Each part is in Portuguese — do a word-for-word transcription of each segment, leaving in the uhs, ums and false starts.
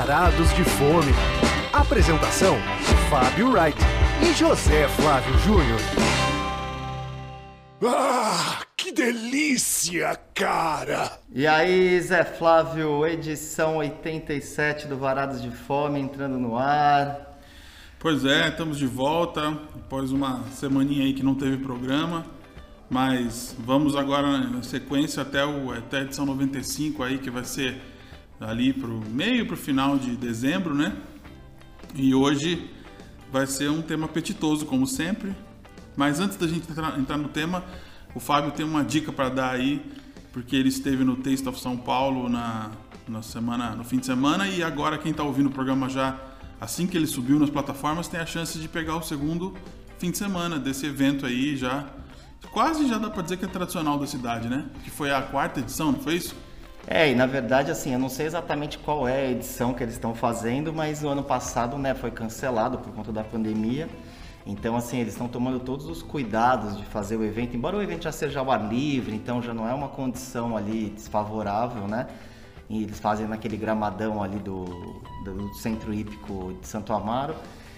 Varados de Fome. Apresentação: Fábio Wright e José Flávio Júnior. Ah, que delícia, cara! E aí, Zé Flávio, edição oitenta e sete do Varados de Fome entrando no ar. Pois é, estamos de volta, após uma semaninha aí que não teve programa, mas vamos agora na sequência até, o, até a edição noventa e cinco aí, que vai ser ali pro meio pro final de dezembro, né? E hoje vai ser um tema apetitoso, como sempre. Mas antes da gente entrar, entrar no tema, o Fábio tem uma dica para dar aí, porque ele esteve no Taste of São Paulo na, na semana, no fim de semana, e agora quem está ouvindo o programa já, assim que ele subiu nas plataformas, tem a chance de pegar o segundo fim de semana desse evento aí, já quase já dá para dizer que é tradicional da cidade, né? Que foi a quarta edição, não foi isso? É, e na verdade, assim, eu não sei exatamente qual é a edição que eles estão fazendo, mas o ano passado, né, foi cancelado por conta da pandemia. Então, assim, eles estão tomando todos os cuidados de fazer o evento, embora o evento já seja ao ar livre, então já não é uma condição ali desfavorável, né? E eles fazem naquele gramadão ali do, do Centro Hípico de Santo Amaro.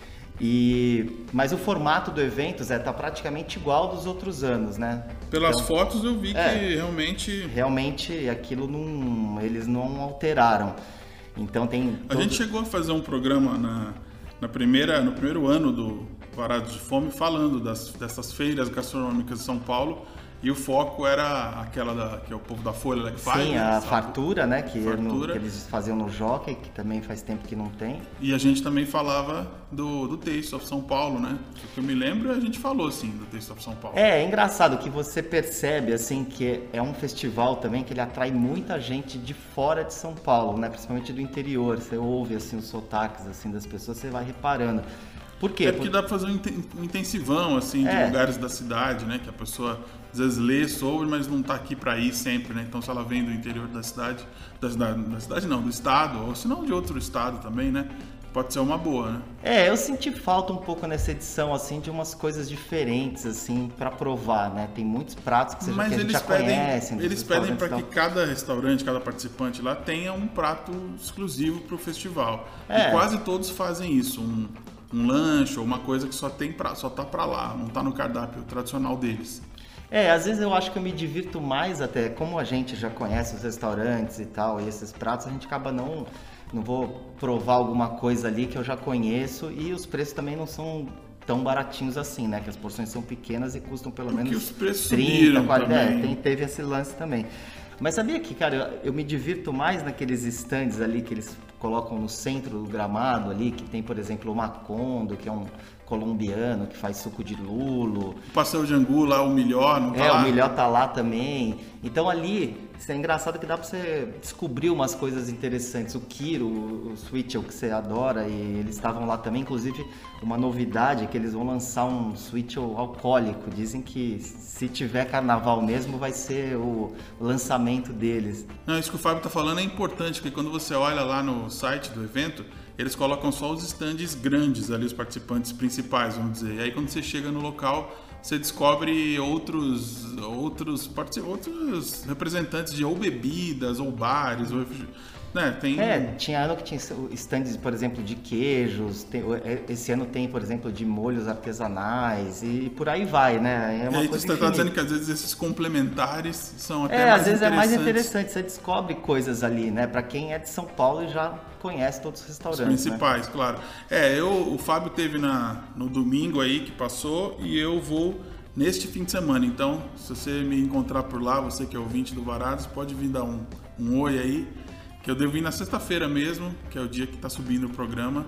E, mas o formato do evento, Zé, tá praticamente igual dos outros anos, né? Pelas então, fotos eu vi é, que realmente... Realmente aquilo não... eles não alteraram. Então tem... A todo... gente chegou a fazer um programa na, na primeira, no primeiro ano do Varados de Fome, falando das, dessas feiras gastronômicas de São Paulo, e o foco era aquela da, que é o povo da Folha, né, que faz. Sim, a fartura, né, que, fartura. No, que eles faziam no Jockey, que também faz tempo que não tem. E a gente também falava do, do Taste of São Paulo, né? O que eu me lembro, a gente falou, sim, do Taste of São Paulo. É, é engraçado que você percebe, assim, que é um festival também que ele atrai muita gente de fora de São Paulo, né, principalmente do interior. Você ouve, assim, os sotaques, assim, das pessoas, você vai reparando. Por quê? É porque dá pra fazer um intensivão, assim, de é. lugares da cidade, né? Que a pessoa às vezes lê sobre, mas não tá aqui pra ir sempre, né? Então se ela vem do interior da cidade, da cidade, da cidade não, do estado, ou se não de outro estado também, né? Pode ser uma boa, né? É, eu senti falta um pouco nessa edição, assim, de umas coisas diferentes, assim, pra provar, né? Tem muitos pratos que, você mas já, que a gente já pedem, conhece. Eles pedem para que cada restaurante, cada participante lá tenha um prato exclusivo pro festival. É. E quase todos fazem isso, um... um lanche ou uma coisa que só tem pra, só tá para lá, não tá no cardápio tradicional deles. É, às vezes eu acho que eu me divirto mais até, como a gente já conhece os restaurantes e tal, e esses pratos, a gente acaba não, não vou provar alguma coisa ali que eu já conheço, e os preços também não são tão baratinhos assim, né, que as porções são pequenas e custam pelo Porque menos os preços trinta, quarenta, também. É, tem, teve esse lance também. Mas sabia que, cara, eu, eu me divirto mais naqueles stands ali que eles colocam no centro do gramado ali, que tem, por exemplo, o Macondo, que é um colombiano que faz suco de lulo. O pastel de angu lá, o melhor, não tá é, lá? É, o melhor tá lá também. Então ali, isso é engraçado que dá pra você descobrir umas coisas interessantes. O Kiro, o Switchel, que você adora, e eles estavam lá também. Inclusive, uma novidade é que eles vão lançar um Switchel alcoólico. Dizem que se tiver carnaval mesmo, vai ser o lançamento deles. Não, isso que o Fábio tá falando é importante, porque quando você olha lá no site do evento, eles colocam só os estandes grandes ali, os participantes principais, vamos dizer. E aí quando você chega no local, você descobre outros, outros, outros representantes de ou bebidas, ou bares, ou... Né, tem... É, tinha ano que tinha stands, por exemplo, de queijos, tem, esse ano tem, por exemplo, de molhos artesanais e por aí vai, né? É uma e aí coisa você está dizendo que às vezes esses complementares são até é, mais às vezes é mais interessantes. interessante, você descobre coisas ali, né? Para quem é de São Paulo e já conhece todos os restaurantes. Os principais, né? Claro. É, eu, o Fábio teve na, no domingo aí que passou e eu vou neste fim de semana. Então, se você me encontrar por lá, você que é ouvinte do Varados, pode vir dar um, um oi aí. Que eu devo ir na sexta-feira mesmo, que é o dia que está subindo o programa.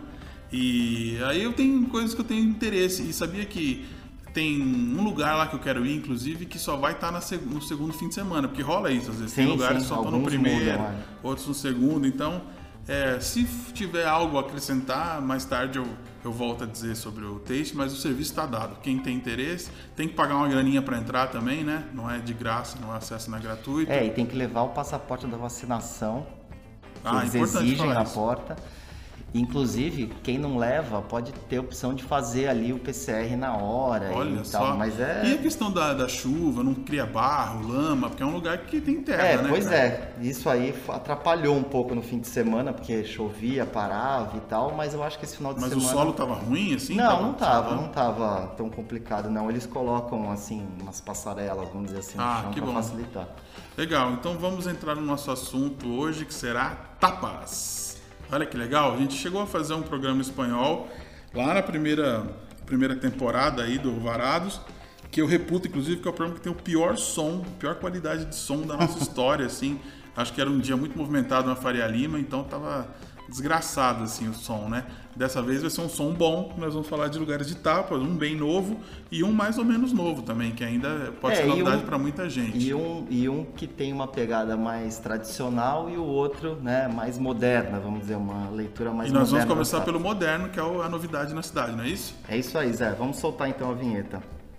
E aí eu tenho coisas que eu tenho interesse. E sabia que tem um lugar lá que eu quero ir, inclusive, que só vai estar tá seg- no segundo fim de semana. Porque rola isso, às vezes. Sim, tem lugares sim, que só estão no primeiro, mudam, é. outros no segundo. Então, é, se tiver algo a acrescentar, mais tarde eu, eu volto a dizer sobre o taste, mas o serviço está dado. Quem tem interesse, tem que pagar uma graninha para entrar também, né? Não é de graça, não é acesso, não é gratuito. É, e tem que levar o passaporte da vacinação. Que Ah, eles importante exigem falar na isso. porta. Inclusive, quem não leva pode ter a opção de fazer ali o P C R na hora. Olha e só. tal, mas é... E a questão da, da chuva, não cria barro, lama, porque é um lugar que tem terra, É, né? pois cara? é. Isso aí atrapalhou um pouco no fim de semana, porque chovia, parava e tal, mas eu acho que esse final de Mas semana... o solo tava ruim, assim? Não, tava, não tava, tava, não tava tão complicado, não. Eles colocam, assim, umas passarelas, vamos dizer assim, no Ah, chão que pra bom. facilitar. Legal, então vamos entrar no nosso assunto hoje, que será tapas. Olha que legal, a gente chegou a fazer um programa espanhol lá na primeira, primeira temporada aí do Varados, que eu reputo, inclusive, que é o programa que tem o pior som, pior qualidade de som da nossa história, assim. Acho que era um dia muito movimentado na Faria Lima, então tava desgraçado, assim, o som, né? Dessa vez vai ser um som bom, nós vamos falar de lugares de tapas, um bem novo e um mais ou menos novo também, que ainda pode É, ser e novidade um- para muita gente. E um, e um que tem uma pegada mais tradicional e o outro, né, mais moderna, vamos dizer, uma leitura mais E nós vamos moderna começar das pelo tapas. moderno, que é o- a novidade na cidade, não é isso? É isso aí, Zé. Vamos soltar então a vinheta.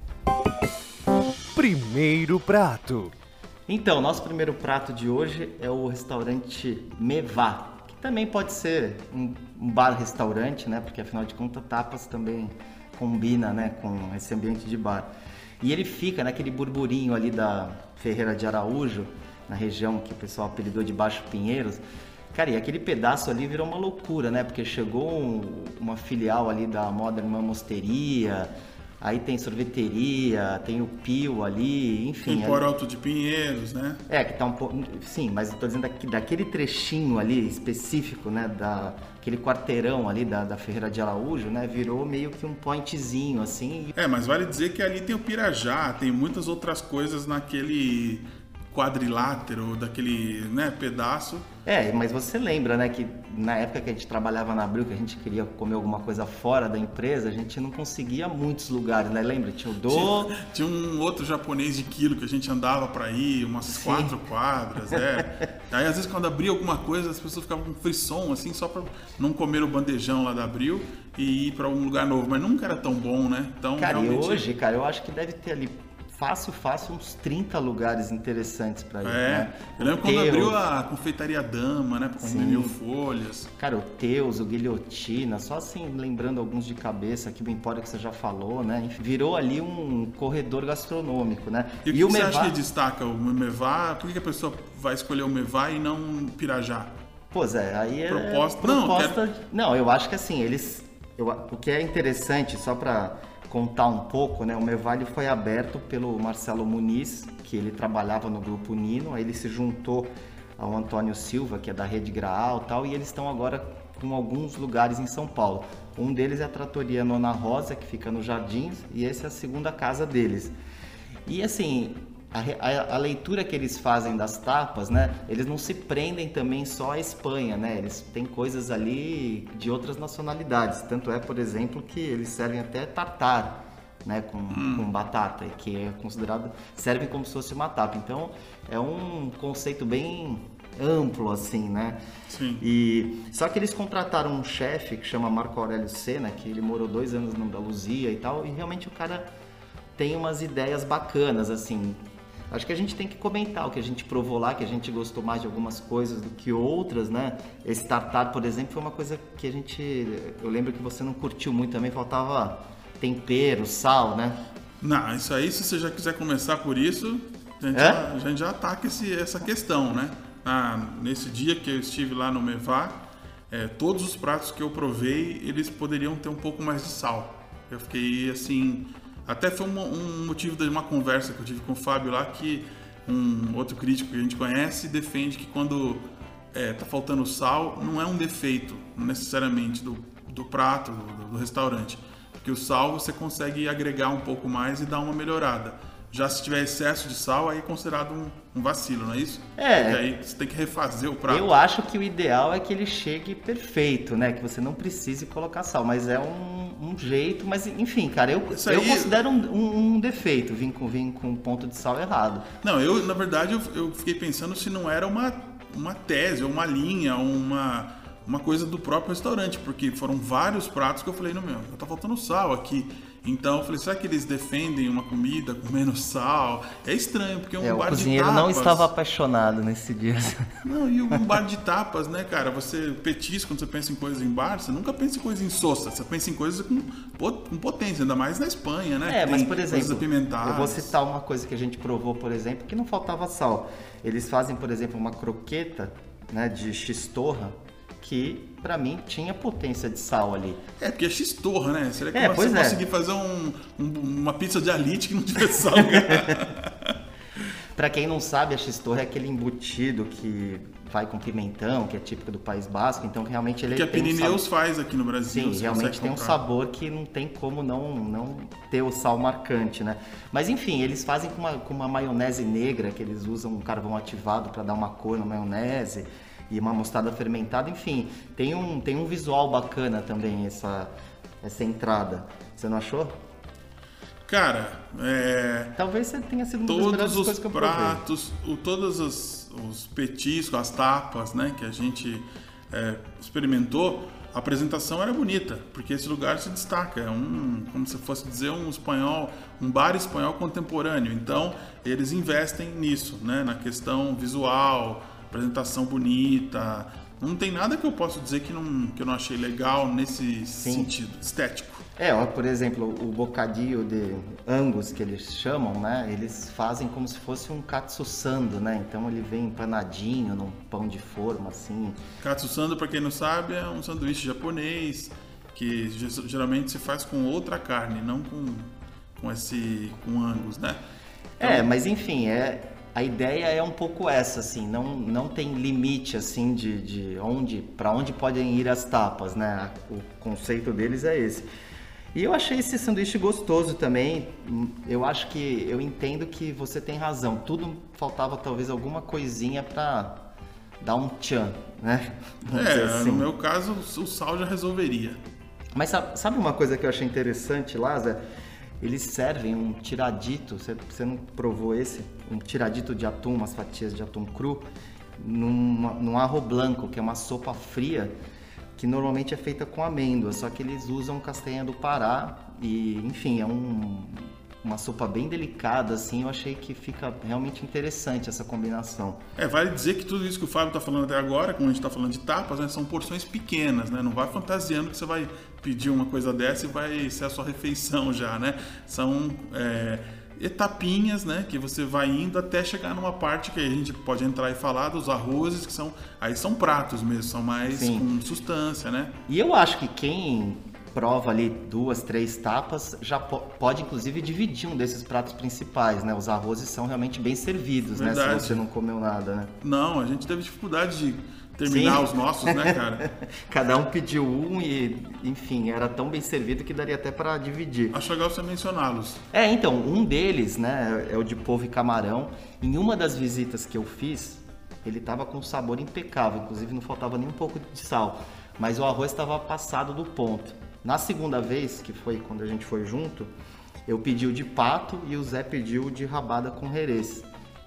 Primeiro prato. Então, nosso primeiro prato de hoje é o restaurante Mevá, que também pode ser um, um bar-restaurante, né? Porque afinal de contas, tapas também combina, né, com esse ambiente de bar. E ele fica naquele burburinho ali da Ferreira de Araújo, na região que o pessoal apelidou de Baixo Pinheiros. Cara, e aquele pedaço ali virou uma loucura, né? Porque chegou um- uma filial ali da Modern Mamosteria, aí tem sorveteria, tem o Pio ali, enfim. Empor ali- Alto de Pinheiros, né? É, que tá um pouco. Sim, mas eu tô dizendo daqui- daquele trechinho ali específico, né? Da, aquele quarteirão ali da, da Ferreira de Araújo, né? Virou meio que um pointzinho, assim. É, mas vale dizer que ali tem o Pirajá, tem muitas outras coisas naquele quadrilátero, daquele, né, pedaço. É, mas você lembra, né, que na época que a gente trabalhava na Abril, que a gente queria comer alguma coisa fora da empresa, a gente não conseguia muitos lugares, né? Lembra? Tinha o Do. Tinha, tinha um outro japonês de quilo que a gente andava pra ir, umas Sim. quatro quadras, é. Aí às vezes quando abria alguma coisa, as pessoas ficavam com frisson, assim, só pra não comer o bandejão lá da Abril e ir pra um lugar novo. Mas nunca era tão bom, né? Então, Cara, e realmente... hoje, cara, eu acho que deve ter ali fácil, fácil, uns trinta lugares interessantes pra ir, É, né? eu lembro O quando Teus, abriu a confeitaria Dama, né? Pra comer Sim. mil folhas. Cara, o Teus, o Guilhotina, só assim, lembrando alguns de cabeça aqui, o Empório que você já falou, né? Enfim, virou ali um corredor gastronômico, né? E o que, que você Mevá- acha que destaca o Mevá? Por que que a pessoa vai escolher o Mevá e não Pirajá? Pô, Zé, aí é Proposta- não, proposta... Não, eu acho que assim, eles... eu- O que é interessante, só pra contar um pouco, né? O Mevá ele foi aberto pelo Marcelo Muniz, que ele trabalhava no Grupo Nino, aí ele se juntou ao Antônio Silva, que é da Rede Graal e tal, e eles estão agora com alguns lugares em São Paulo. Um deles é a Tratoria Nona Rosa, que fica nos Jardins, e essa é a segunda casa deles. E assim, a, re- a- a leitura que eles fazem das tapas, né? Eles não se prendem também só à Espanha, né? Eles têm coisas ali de outras nacionalidades. Tanto é, por exemplo, que eles servem até tartar, né? Com, com batata, que é considerado... servem como se fosse uma tapa. Então, é um conceito bem amplo, assim, né? Sim. E só que eles contrataram um chefe que chama Marco Aurélio Sena, que ele morou dois anos na Andaluzia e tal, e realmente o cara tem umas ideias bacanas, assim. Acho que a gente tem que comentar o que a gente provou lá, que a gente gostou mais de algumas coisas do que outras, né? Esse tartar, por exemplo, foi uma coisa que a gente... eu lembro que você não curtiu muito também, faltava tempero, sal, né? Não, isso aí, se você já quiser começar por isso, a gente, É? já, a gente já ataca esse, essa questão, né? Ah, nesse dia que eu estive lá no Mevá, é, todos os pratos que eu provei, eles poderiam ter um pouco mais de sal. Eu fiquei assim... Até foi um, um motivo de uma conversa que eu tive com o Fábio lá, que um outro crítico que a gente conhece defende que quando é, tá faltando sal, não é um defeito necessariamente do, do prato, do, do restaurante. Porque o sal você consegue agregar um pouco mais e dar uma melhorada. Já se tiver excesso de sal, aí é considerado um, um vacilo, não é isso? É. Porque aí você tem que refazer o prato. Eu acho que o ideal é que ele chegue perfeito, né? Que você não precise colocar sal, mas é um, um jeito, mas enfim, cara, eu, Isso eu aí- considero um, um- um defeito vir com, vir com um ponto de sal errado. Não, eu, na verdade, eu, eu fiquei pensando se não era uma, uma tese, ou uma linha, uma, uma coisa do próprio restaurante, porque foram vários pratos que eu falei, não, meu, tá faltando sal aqui. Então eu falei, será que eles defendem uma comida com menos sal? É estranho, porque é um É, o bar de cozinheiro tapas. não estava apaixonado nesse dia. Não, e um bar de tapas, né, cara? Você, petisco, quando você pensa em coisa em bar, você nunca pensa em coisa em sossa, você pensa em coisas com, com potência, ainda mais na Espanha, né? É, que mas tem por coisas exemplo, apimentadas. eu vou citar uma coisa que a gente provou, por exemplo, que não faltava sal. Eles fazem, por exemplo, uma croqueta, né, de X-torra, que pra mim tinha potência de sal ali. É, porque é X-torra, né? Será que É, você pois é. conseguir fazer um, um, uma pizza de alite que não tiver sal? Pra quem não sabe, a X-torra é aquele embutido que vai com pimentão, que é típico do País Basco, então realmente ele que a tem Pirineus um sabor... faz aqui no Brasil. Sim, você realmente consegue tem um comprar. sabor que não tem como não, não ter o sal marcante, né? Mas enfim, eles fazem com uma, com uma maionese negra, que eles usam um carvão ativado para dar uma cor na maionese, e uma mostarda fermentada, enfim, tem um, tem um visual bacana também essa, essa entrada. Você não achou? Cara, é... Talvez você tenha sido uma das melhores todos coisas os que eu provei. pratos, o, todos os, os petiscos, as tapas, né, que a gente é, experimentou, a apresentação era bonita, porque esse lugar se destaca, é um, como se fosse dizer, um espanhol, um bar espanhol contemporâneo. Então, eles investem nisso, né, na questão visual, apresentação bonita. Não tem nada que eu possa dizer que, não, que eu não achei legal nesse Sim. sentido estético. É, ó, por exemplo, o bocadinho de Angus, que eles chamam, né? Eles fazem como se fosse um katsu sando, né? Então ele vem empanadinho num pão de forma, assim. Katsu sando, para quem não sabe, é um sanduíche japonês que geralmente se faz com outra carne, não com, com esse com Angus, né? Então, É, mas enfim, é, a ideia é um pouco essa, assim, não, não tem limite, assim, de, de onde, para onde podem ir as tapas, né? O conceito deles é esse. E eu achei esse sanduíche gostoso também. Eu acho que, eu entendo que você tem razão. Tudo faltava talvez alguma coisinha para dar um tchan, né? Vamos dizer É, assim. no meu caso, o sal já resolveria. Mas sabe, sabe uma coisa que eu achei interessante lá, Zé? Eles servem um tiradito, você, você não provou esse? Um tiradito de atum, umas fatias de atum cru, numa, num arro blanco, que é uma sopa fria, que normalmente é feita com amêndoas, só que eles usam castanha do Pará e, enfim, é um, uma sopa bem delicada, assim, eu achei que fica realmente interessante essa combinação. É, vale dizer que tudo isso que o Fábio está falando até agora, como a gente está falando de tapas, né, são porções pequenas, né? Não vai fantasiando que você vai pedir uma coisa dessa e vai ser a sua refeição já, né? São é, etapinhas, né, que você vai indo até chegar numa parte que a gente pode entrar e falar dos arrozes, que são, aí são pratos mesmo, são mais Sim. com substância, né? E eu acho que quem prova ali duas, três tapas, já po- pode inclusive dividir um desses pratos principais, né? Os arrozes são realmente bem servidos, né? Verdade. Se você não comeu nada, né? Não, a gente teve dificuldade de terminar Sim. os nossos, né, cara? Cada um pediu um e, enfim, era tão bem servido que daria até para dividir. Acho legal você mencioná-los. É, então, um deles, né, é o de polvo e camarão. Em uma das visitas que eu fiz, ele tava com sabor impecável, inclusive não faltava nem um pouco de sal, mas o arroz estava passado do ponto. Na segunda vez, que foi quando a gente foi junto, eu pedi o de pato e o Zé pediu o de rabada com herês.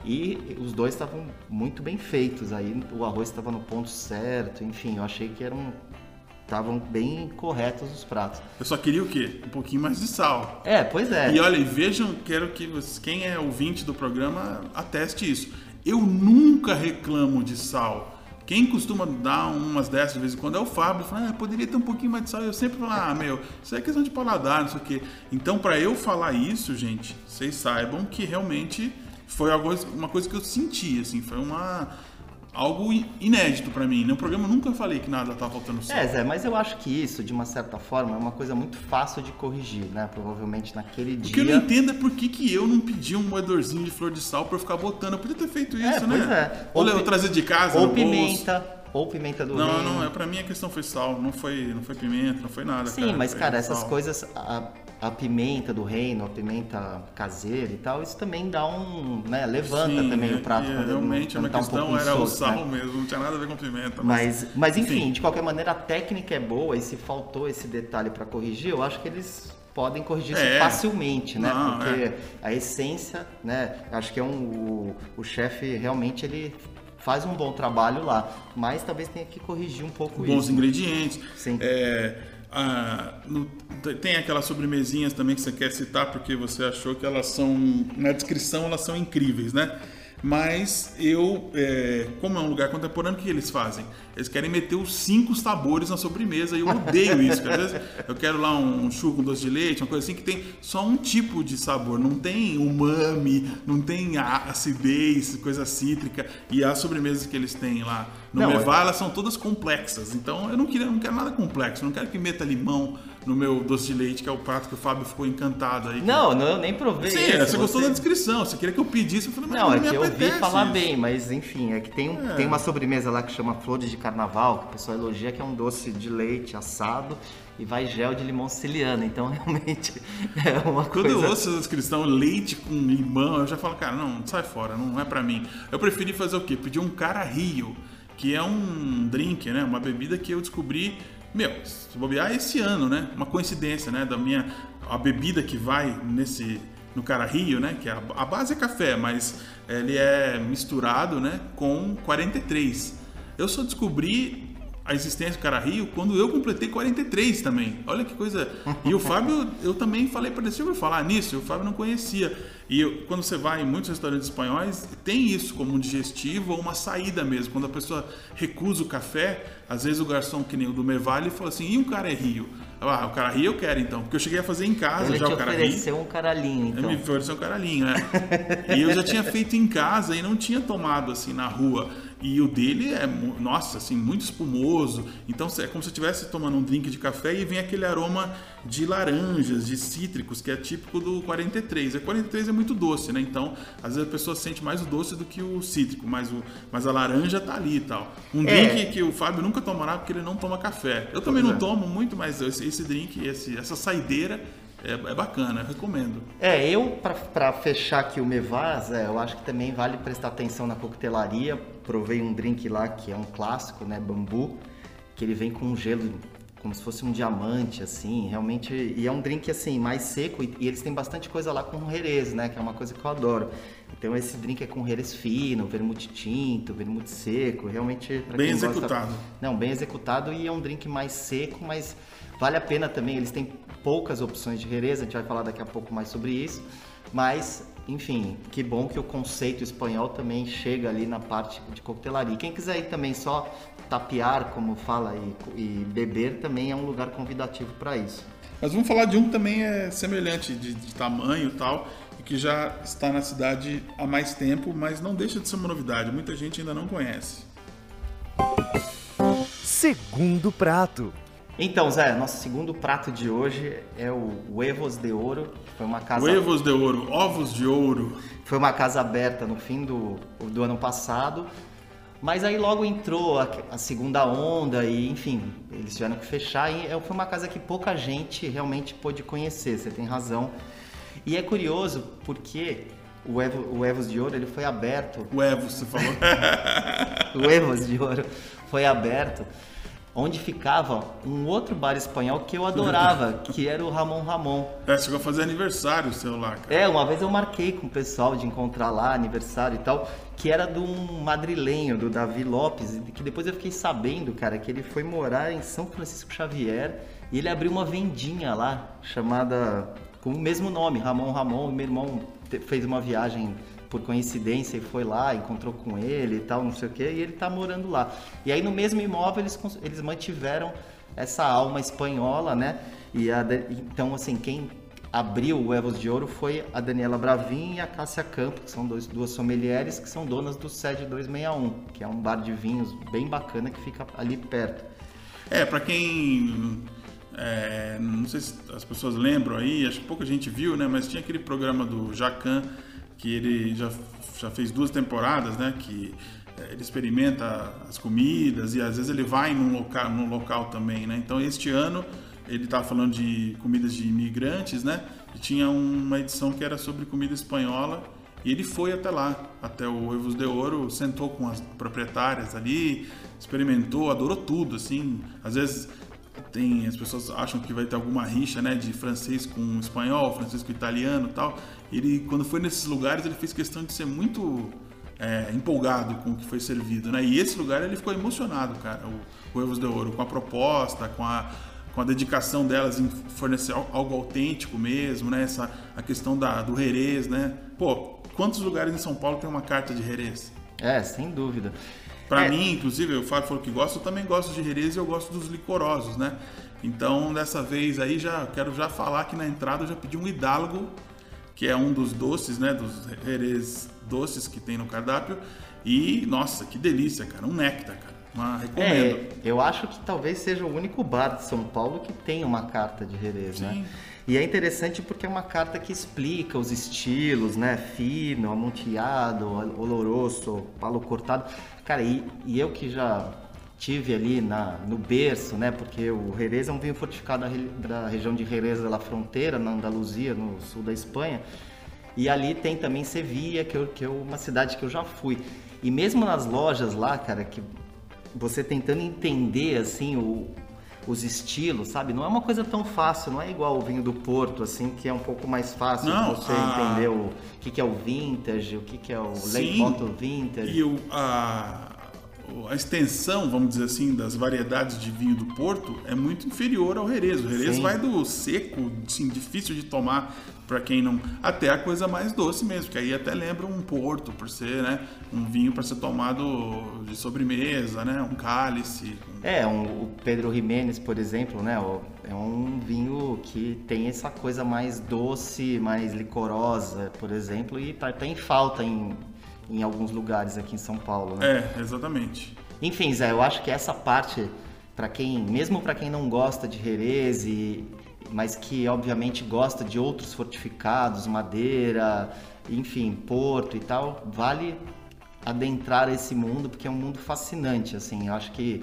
E os dois estavam muito bem feitos, aí o arroz estava no ponto certo, enfim, eu achei que eram estavam bem corretos os pratos. Eu só queria o quê? Um pouquinho mais de sal. É, pois é. E olha, e vejam, quero que vocês, quem é ouvinte do programa ateste isso. Eu nunca reclamo de sal. Quem costuma dar umas dessas de vez em quando é o Fábio. Fala, ah, poderia ter um pouquinho mais de sal. Eu sempre falo, ah, meu, isso é questão de paladar, não sei o quê. Então, para eu falar isso, gente, vocês saibam que realmente foi algo, uma coisa que eu senti, assim, foi uma... algo inédito pra mim. No programa eu nunca falei que nada tava faltando sal. É, Zé, mas eu acho que isso, de uma certa forma, é uma coisa muito fácil de corrigir, né? Provavelmente naquele O dia... que eu não entendo é por que, que eu não pedi um moedorzinho de flor de sal pra eu ficar botando. Eu podia ter feito isso, É, né? pois é. Ou, Ou eu pi- trazer de casa Ou no pimenta, bolso. ou pimenta do Não, reino. não, é, pra mim a questão foi sal, não foi, não foi pimenta, não foi nada. Sim, cara, mas foi cara, essas sal. coisas, a, a pimenta do reino, a pimenta caseira e tal, isso também dá um, né, levanta Sim, também é o prato que quando realmente a quando minha tá um questão pouquinho era o solto, sal né? mesmo, não tinha nada a ver com pimenta. Mas, mas enfim, enfim. de qualquer maneira, a técnica é boa e se faltou esse detalhe para corrigir, eu acho que eles podem corrigir isso É. facilmente, né? Não, Porque é. a essência, né? Acho que é um, o, o chefe realmente ele faz um bom trabalho lá, mas talvez tenha que corrigir um pouco Bons isso. ingredientes. Sim. É, ah, no, tem aquelas sobremesinhas também que você quer citar porque você achou que elas são, na descrição elas são incríveis, né? Mas eu, é, como é um lugar contemporâneo, o que eles fazem? Eles querem meter os cinco sabores na sobremesa e eu odeio isso, porque às vezes eu quero lá um churro com doce de leite, uma coisa assim que tem só um tipo de sabor, não tem umami, não tem acidez, coisa cítrica, e as sobremesas que eles têm lá no Mevá, elas são todas complexas, então eu não, queria, não quero nada complexo, eu não quero que meta limão no meu doce de leite, que é o prato que o Fábio ficou encantado aí. Não, não, eu nem provei. Sim, esse, você gostou da descrição, você queria que eu pedisse, eu falei, mas não, não é me que eu apetece ouvi falar isso. bem, mas enfim, é que tem, um, É. tem uma sobremesa lá que chama Flores de Carnaval, que o pessoal elogia, que é um doce de leite assado e vai gel de limão siciliano, então realmente é uma Quando coisa... eu ouço essa descrição, leite com limão, eu já falo, cara, não, sai fora, não é pra mim. Eu preferi fazer o quê? Pedir um cara Rio, que é um drink, né, uma bebida que eu descobri, meu, se bobear esse ano, né, uma coincidência, né, da minha, a bebida que vai nesse, no cara Rio, né, que a, a base é café, mas ele é misturado, né, com quarenta e três. Eu só descobri a existência do cara Rio quando eu completei quarenta e três também. Olha que coisa. E o Fábio, eu também falei para ele, você ouviu falar nisso? O Fábio não conhecia. E eu, quando você vai em muitos restaurantes espanhóis, tem isso como um digestivo ou uma saída mesmo. Quando a pessoa recusa o café, às vezes o garçom, que nem o do Mevá, ele fala assim, e um cara Rio? Ah, o cara Rio eu quero então. Porque eu cheguei a fazer em casa Ele já te o cara Rio. ofereceu um caralhinho, então. Ele me ofereceu um caralhinho, né? E eu já tinha feito em casa e não tinha tomado assim na rua. E o dele é, nossa, assim, muito espumoso. Então é como se eu estivesse tomando um drink de café e vem aquele aroma de laranjas, de cítricos, que é típico do quarenta e três. A quarenta e três é muito doce, né? Então, às vezes a pessoa sente mais o doce do que o cítrico, mas, o, mas a laranja tá ali e tal. Um É. drink que o Fábio nunca tomará porque ele não toma café. Eu também Pois não é. tomo muito, mas esse, esse drink, esse, essa saideira é, é bacana, eu recomendo. É, eu, pra, pra fechar aqui o Mevaz, é, eu acho que também vale prestar atenção na coquetelaria. Provei um drink lá que é um clássico, né, bambu, que ele vem com um gelo como se fosse um diamante, assim, realmente, e é um drink, assim, mais seco, e, e eles têm bastante coisa lá com herês, né, que é uma coisa que eu adoro. Então esse drink é com herês fino, vermute tinto, vermute seco, realmente... Pra Bem quem executado. Gosta, não, bem executado, e é um drink mais seco, mas vale a pena também, eles têm poucas opções de herês, a gente vai falar daqui a pouco mais sobre isso, mas... Enfim, que bom que o conceito espanhol também chega ali na parte de coquetelaria. Quem quiser ir também só tapear, como fala, e, e beber, também é um lugar convidativo para isso. Mas vamos falar de um que também é semelhante de, de tamanho e tal, e que já está na cidade há mais tempo, mas não deixa de ser uma novidade. Muita gente ainda não conhece. Segundo prato. Então, Zé, nosso segundo prato de hoje é o Huevos de Ouro. Foi uma casa... Huevos de ouro, ovos de ouro. Foi uma casa aberta no fim do, do ano passado, mas aí logo entrou a, a segunda onda e, enfim, eles tiveram que fechar. E foi uma casa que pouca gente realmente pôde conhecer, você tem razão. E é curioso porque o, Evo, o Huevos de Ouro ele foi aberto... Huevos, você falou. O Huevos de Ouro foi aberto onde ficava um outro bar espanhol que eu adorava, que era o Ramon Ramon. É, chegou a fazer aniversário seu lá, cara. É, uma vez eu marquei com o pessoal de encontrar lá, aniversário e tal, que era de um madrilenho, do Davi Lopes, que depois eu fiquei sabendo, cara, que ele foi morar em São Francisco Xavier e ele abriu uma vendinha lá, chamada, com o mesmo nome, Ramon Ramon, e meu irmão fez uma viagem por coincidência e foi lá, encontrou com ele e tal, não sei o que, e ele tá morando lá. E aí no mesmo imóvel eles, eles mantiveram essa alma espanhola, né? E a, então, assim, quem abriu o Huevos de Ouro foi a Daniela Bravin e a Cássia Campos, que são dois, duas sommelières que são donas do Sede duzentos e sessenta e um, que é um bar de vinhos bem bacana que fica ali perto. É, pra quem... É, não sei se as pessoas lembram aí, acho que pouca gente viu, né? Mas tinha aquele programa do Jacan, que ele já, já fez duas temporadas, né? Que é, ele experimenta as comidas e às vezes ele vai num local, num local também, né? Então este ano ele estava falando de comidas de imigrantes, né? E tinha uma edição que era sobre comida espanhola e ele foi até lá, até o Huevos de Ouro, sentou com as proprietárias ali, experimentou, adorou tudo, assim. Às vezes tem, as pessoas acham que vai ter alguma rixa, né, de francês com espanhol, francês com italiano e tal. Ele, quando foi nesses lugares, ele fez questão de ser muito é, empolgado com o que foi servido, né? E esse lugar ele ficou emocionado, cara, o Huevos de Ouro, com a proposta, com a, com a dedicação delas em fornecer algo autêntico mesmo, né? Essa, a questão da, do Jerez, né? Pô, quantos lugares em São Paulo tem uma carta de Jerez? É, sem dúvida. Para é. mim, inclusive, o Fábio falou que gosta, eu também gosto de Jerez e eu gosto dos licorosos, né? Então, dessa vez aí, já quero já falar que na entrada eu já pedi um hidalgo, que é um dos doces, né? Dos Jerez doces que tem no cardápio. E, nossa, que delícia, cara. Um néctar, cara. Uma, recomendo. É, eu acho que talvez seja o único bar de São Paulo que tem uma carta de Jerez, Sim. né? E é interessante porque é uma carta que explica os estilos, né? Fino, amonteado, oloroso, palo cortado. Cara, e, e eu que já tive ali na, no berço, né? Porque o Jerez é um vinho fortificado da, da região de Jerez de la Frontera, na Andaluzia, no sul da Espanha. E ali tem também Sevilla, que, eu, que é uma cidade que eu já fui. E mesmo nas lojas lá, cara, que você tentando entender, assim, o, os estilos, sabe? Não é uma coisa tão fácil, não é igual o vinho do Porto, assim, que é um pouco mais fácil não, você a... entender o que, que é o vintage, o que, que é o late Sim, bottle vintage. E o, a, a extensão, vamos dizer assim, das variedades de vinho do Porto é muito inferior ao Jerez. O Jerez Sim. vai do seco, assim, difícil de tomar para quem não... Até a coisa mais doce mesmo, que aí até lembra um Porto, por ser, né, um vinho para ser tomado de sobremesa, né, um cálice. É, um, o Pedro Ximénez, por exemplo, né, é um vinho que tem essa coisa mais doce, mais licorosa, por exemplo, e tá, tá em falta em, em alguns lugares aqui em São Paulo, né? É, exatamente. Enfim, Zé, eu acho que essa parte, para quem, mesmo para quem não gosta de Jerez, e, mas que obviamente gosta de outros fortificados, madeira, enfim, Porto e tal, vale adentrar esse mundo porque é um mundo fascinante, assim. Eu acho que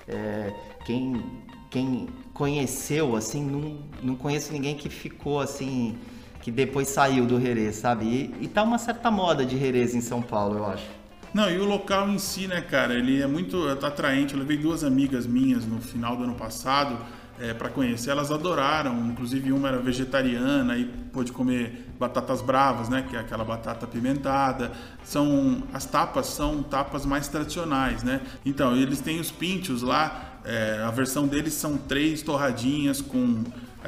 é, quem, quem conheceu, assim, não, não conheço ninguém que ficou assim, que depois saiu do Jerez, sabe? E, e tá uma certa moda de Jerez em São Paulo, eu acho. Não, e o local em si, né, cara, ele é muito atraente. Eu levei duas amigas minhas no final do ano passado é, para conhecer, elas adoraram, inclusive uma era vegetariana e pôde comer batatas bravas, né, que é aquela batata apimentada. São, as tapas são tapas mais tradicionais, né, então eles têm os pinchos lá, é, a versão deles são três torradinhas com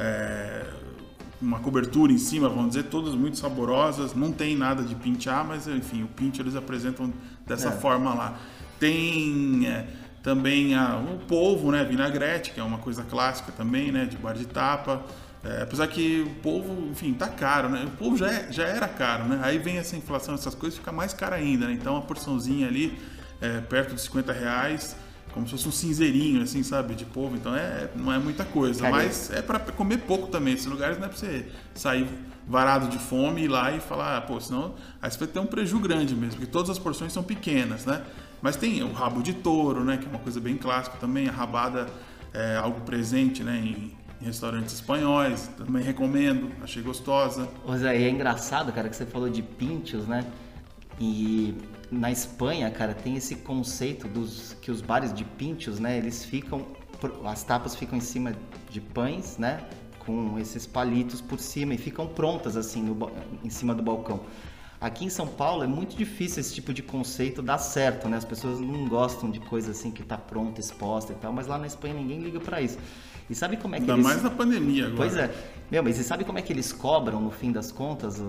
é, uma cobertura em cima, vamos dizer, todas muito saborosas, não tem nada de pinchar, mas enfim, o pincho eles apresentam dessa é. forma lá. Tem é, também a, o polvo, né, vinagrete, que é uma coisa clássica também, né, de bar de tapa, é, apesar que o polvo, enfim, tá caro, né, o polvo já, é, já era caro, né, aí vem essa inflação, essas coisas, fica mais caro ainda, né, então a porçãozinha ali, é, perto de cinquenta reais, como se fosse um cinzeirinho, assim, sabe, de polvo, então é, não é muita coisa, Caramba. Mas é para comer pouco também, esses lugares não é para você sair varado de fome e ir lá e falar, ah, pô, senão aí você vai ter um prejuízo grande mesmo, porque todas as porções são pequenas, né, mas tem o rabo de touro, né, que é uma coisa bem clássica também, a rabada é algo presente, né, em, em restaurantes espanhóis, também recomendo, achei gostosa. Ô Zé, e é engraçado, cara, que você falou de pinchos, né, e na Espanha, cara, tem esse conceito dos que os bares de pinchos, né, eles ficam, as tapas ficam em cima de pães, né, com esses palitos por cima e ficam prontas assim no, em cima do balcão. Aqui em São Paulo é muito difícil esse tipo de conceito dar certo, né? As pessoas não gostam de coisa assim que tá pronta, exposta e tal, mas lá na Espanha ninguém liga pra isso. E sabe como é que Ainda eles... mais na pandemia agora. Pois é. Meu, mas e sabe como é que eles cobram no fim das contas?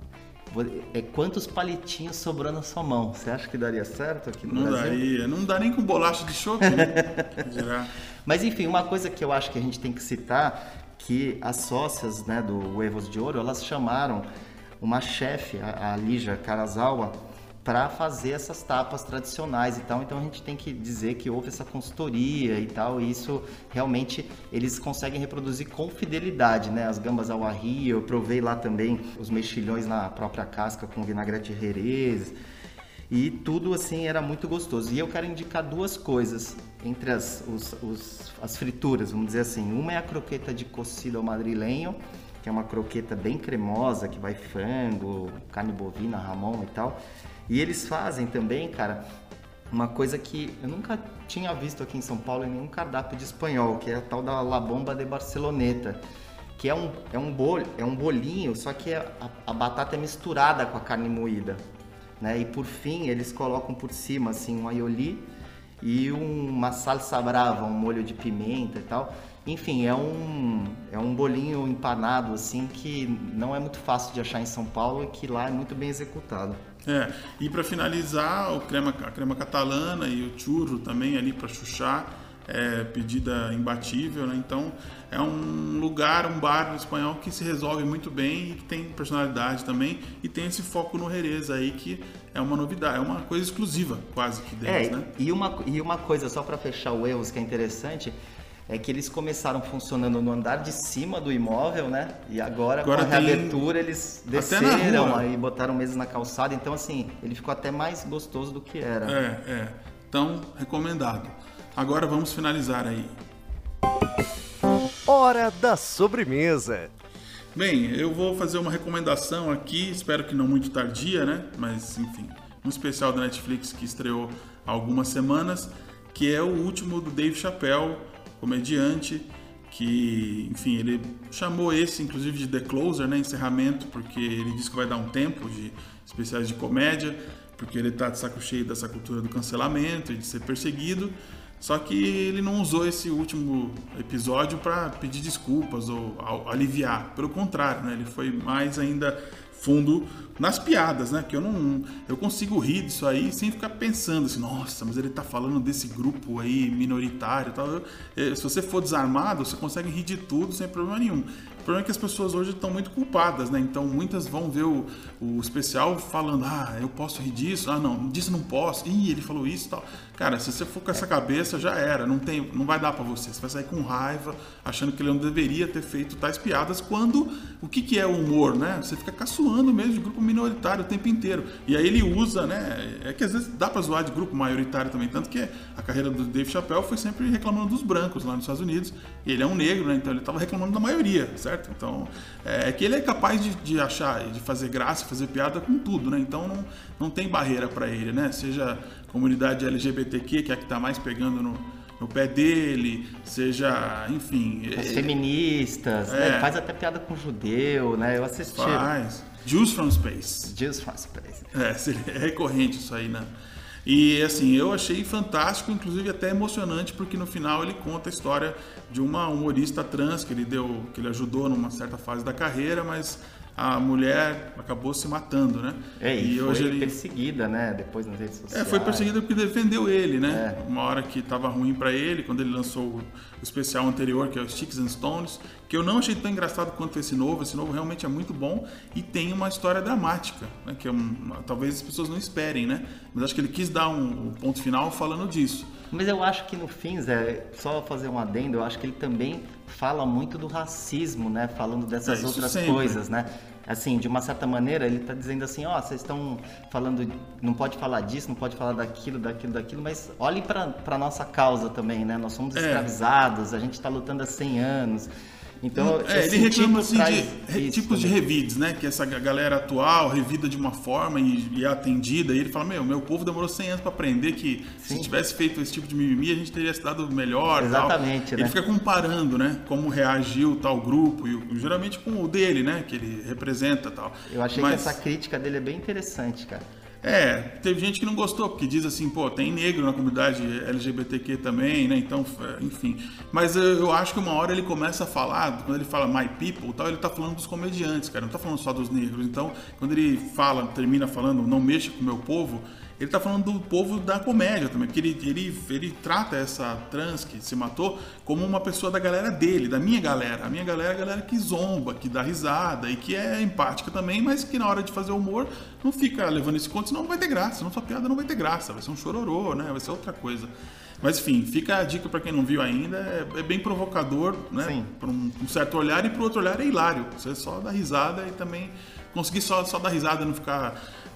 É quantos palitinhos sobrou na sua mão. Você acha que daria certo aqui no não Brasil? Daria. Não dá nem com bolacha de chope, né? Mas enfim, uma coisa que eu acho que a gente tem que citar, que as sócias, né, do Huevos de Ouro, elas chamaram uma chefe, a, a Lígia Carazawa, para fazer essas tapas tradicionais e tal. Então a gente tem que dizer que houve essa consultoria e tal, e isso realmente eles conseguem reproduzir com fidelidade, né? As gambas ao arrio, eu provei lá também os mexilhões na própria casca com vinagrete Jerez, e tudo assim era muito gostoso. E eu quero indicar duas coisas entre as, os, os, as frituras, vamos dizer assim. Uma é a croqueta de cocido ao madrilenho, que é uma croqueta bem cremosa, que vai frango, carne bovina, ramon e tal. E eles fazem também, cara, uma coisa que eu nunca tinha visto aqui em São Paulo em nenhum cardápio de espanhol, que é a tal da La Bomba de Barceloneta, que é um, é um, bol, é um bolinho, só que a, a batata é misturada com a carne moída, né? E por fim eles colocam por cima assim um aioli e um, uma salsa brava, um molho de pimenta e tal. Enfim, é um, é um bolinho empanado, assim, que não é muito fácil de achar em São Paulo e que lá é muito bem executado. É, e para finalizar, o crema, a crema catalana e o churro também ali para chuchar, é pedida imbatível, né? Então é um lugar, um bar espanhol que se resolve muito bem e que tem personalidade também e tem esse foco no Jerez aí que é uma novidade, é uma coisa exclusiva quase que deles, é, né? E uma, e uma coisa só para fechar o Euros que é interessante é que eles começaram funcionando no andar de cima do imóvel, né? E agora, agora com a reabertura eles desceram aí, botaram mesas na calçada. Então, assim, ele ficou até mais gostoso do que era. É, é. Então, recomendado. Agora vamos finalizar aí. Hora da sobremesa. Bem, eu vou fazer uma recomendação aqui, espero que não muito tardia, né? Mas, enfim, um especial da Netflix que estreou há algumas semanas, que é o último do Dave Chappelle, comediante, que, enfim, ele chamou esse, inclusive, de The Closer, né, encerramento, porque ele disse que vai dar um tempo de especiais de comédia, porque ele tá de saco cheio dessa cultura do cancelamento e de ser perseguido, só que ele não usou esse último episódio para pedir desculpas ou aliviar, pelo contrário, né, ele foi mais ainda fundo nas piadas, né? Que eu não, eu consigo rir disso aí sem ficar pensando assim, nossa, mas ele tá falando desse grupo aí minoritário, tal. Eu, se você for desarmado, você consegue rir de tudo sem problema nenhum. O problema é que as pessoas hoje estão muito culpadas, né? Então muitas vão ver o, o especial falando, ah, eu posso rir disso, ah, não, disso não posso, ih, ele falou isso, tal. Cara, se você for com essa cabeça, já era, não tem, não vai dar pra você. Você vai sair com raiva, achando que ele não deveria ter feito tais piadas, quando o que que é o humor, né? Você fica caçoando mesmo de grupo minoritário o tempo inteiro. E aí ele usa, né? É que às vezes dá pra zoar de grupo maioritário também, tanto que a carreira do Dave Chappelle foi sempre reclamando dos brancos lá nos Estados Unidos. E ele é um negro, né? Então ele tava reclamando da maioria, certo? Então é que ele é capaz de, de achar, de fazer graça, fazer piada com tudo, né? Então não, não tem barreira pra ele, né? Seja comunidade L G B T Q, que é a que tá mais pegando no, no pé dele, seja, enfim... As ele, feministas, é, né? Ele faz até piada com judeu, né? Eu assisti. Faz. Jews from Space. Jews from Space. É, é recorrente isso aí, né? E assim, eu achei fantástico, inclusive até emocionante, porque no final ele conta a história de uma humorista trans que ele deu, que ele ajudou numa certa fase da carreira, mas a mulher acabou se matando, né? É, e, e foi hoje ele... perseguida, né? Depois nas redes sociais. É, foi perseguida porque defendeu ele, né? É. Uma hora que tava ruim pra ele, quando ele lançou o especial anterior, que é o Sticks and Stones, que eu não achei tão engraçado quanto esse novo. Esse novo realmente é muito bom e tem uma história dramática, né? Que é um, talvez as pessoas não esperem, né? Mas acho que ele quis dar um, um ponto final falando disso. Mas eu acho que no fim, Zé, só fazer um adendo, eu acho que ele também fala muito do racismo, né? Falando dessas é, outras sempre. coisas, né? Assim, de uma certa maneira, ele está dizendo assim, ó, oh, vocês estão falando, não pode falar disso, não pode falar daquilo, daquilo, daquilo, mas olhem para a nossa causa também, né? Nós somos escravizados, é. A gente está lutando há cem anos. Então, é, ele reclama assim, de tipos também. de revides, né? Que essa galera atual revida de uma forma e, e é atendida. E ele fala, meu, meu povo demorou cem anos para aprender que Sim. se tivesse feito esse tipo de mimimi, a gente teria se dado melhor. Exatamente, tal. né? Ele fica comparando, né? Como reagiu tal grupo, e geralmente com o dele, né? Que ele representa tal. Eu achei Mas... que essa crítica dele é bem interessante, cara. É, teve gente que não gostou, porque diz assim, pô, tem negro na comunidade L G B T Q também, né, então, enfim. Mas eu acho que uma hora ele começa a falar, quando ele fala my people, tal, ele tá falando dos comediantes, cara, não tá falando só dos negros. Então, quando ele fala, termina falando, não mexa com o meu povo, ele tá falando do povo da comédia também, porque ele, ele, ele trata essa trans que se matou como uma pessoa da galera dele, da minha galera. A minha galera é a galera que zomba, que dá risada e que é empática também, mas que na hora de fazer humor não fica levando isso em conta, senão não vai ter graça, senão sua piada não vai ter graça, vai ser um chororô, né? Vai ser outra coisa. Mas enfim, fica a dica para quem não viu ainda, é, é bem provocador, né? Para um, um certo olhar, e para o outro olhar é hilário. Você só dá risada e também conseguir só, só dar risada e não ficar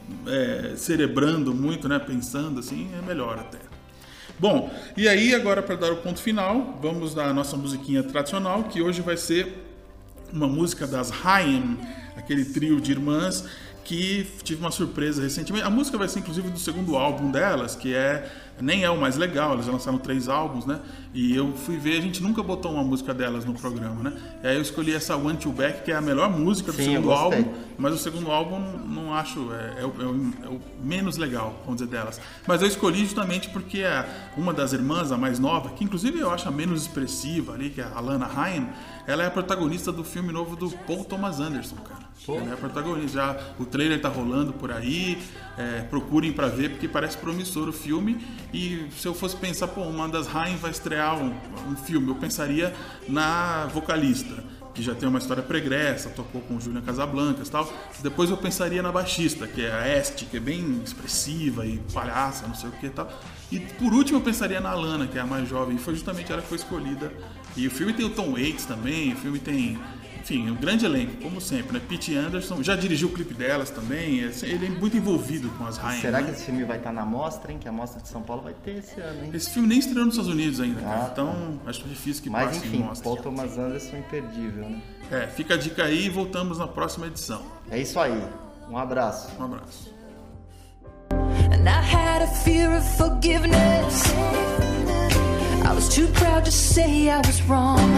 é, cerebrando muito, né? Pensando assim, é melhor até. Bom, e aí agora para dar o ponto final, vamos dar a nossa musiquinha tradicional, que hoje vai ser uma música das Haim, aquele trio de irmãs que tive uma surpresa recentemente. A música vai ser inclusive do segundo álbum delas, que é nem é o mais legal, eles já lançaram três álbuns, né? E eu fui ver, a gente nunca botou uma música delas no programa, né? E aí eu escolhi essa Want You Back, que é a melhor música do Sim, segundo eu álbum, gostei. mas o segundo álbum não acho, é, é, o, é, o, é o menos legal, vamos dizer, delas. Mas eu escolhi justamente porque é uma das irmãs, a mais nova, que inclusive eu acho a menos expressiva ali, que é a Alana Haim, ela é a protagonista do filme novo do Paul Thomas Anderson, cara. Pô. Ela é a protagonista, já o trailer tá rolando por aí, é, procurem pra ver, porque parece promissor o filme. E se eu fosse pensar, pô, uma das Haim vai estrear um, um filme, eu pensaria na vocalista, que já tem uma história pregressa, tocou com o Julian Casablancas e tal. Depois eu pensaria na baixista, que é a Este, que é bem expressiva e palhaça, não sei o que e tal. E por último eu pensaria na Alana, que é a mais jovem, e foi justamente ela que foi escolhida. E o filme tem o Tom Waits também, o filme tem, enfim, um grande elenco, como sempre, né? Pete Anderson, já dirigiu o clipe delas também, ele é muito envolvido com as rainhas. Será né? que esse filme vai estar na mostra, hein? Que a mostra de São Paulo vai ter esse ano, hein? Esse filme nem estreou nos Estados Unidos ainda, cara, Ah, então acho difícil que Mas passe enfim, em mostra. Paul Thomas Anderson imperdível, né? É, fica a dica aí e voltamos na próxima edição. É isso aí. Um abraço. Um abraço. And I had a fear of forgiveness. I was too proud to say I was wrong.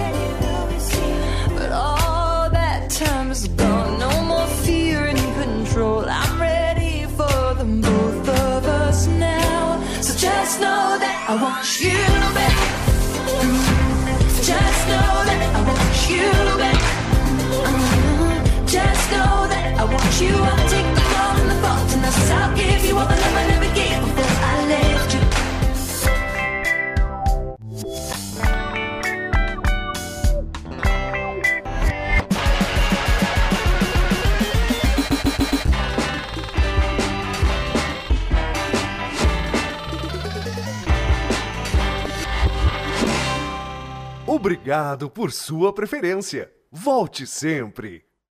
But all that time is gone. No more fear and control. I'm ready for them, both of us now. So just know that I want you back. Just know that I want you back. Uh-huh. Just know that I want you. I'll take the fall and the fault, and I'll give you all the love I never gave before I left you. Obrigado por sua preferência. Volte sempre.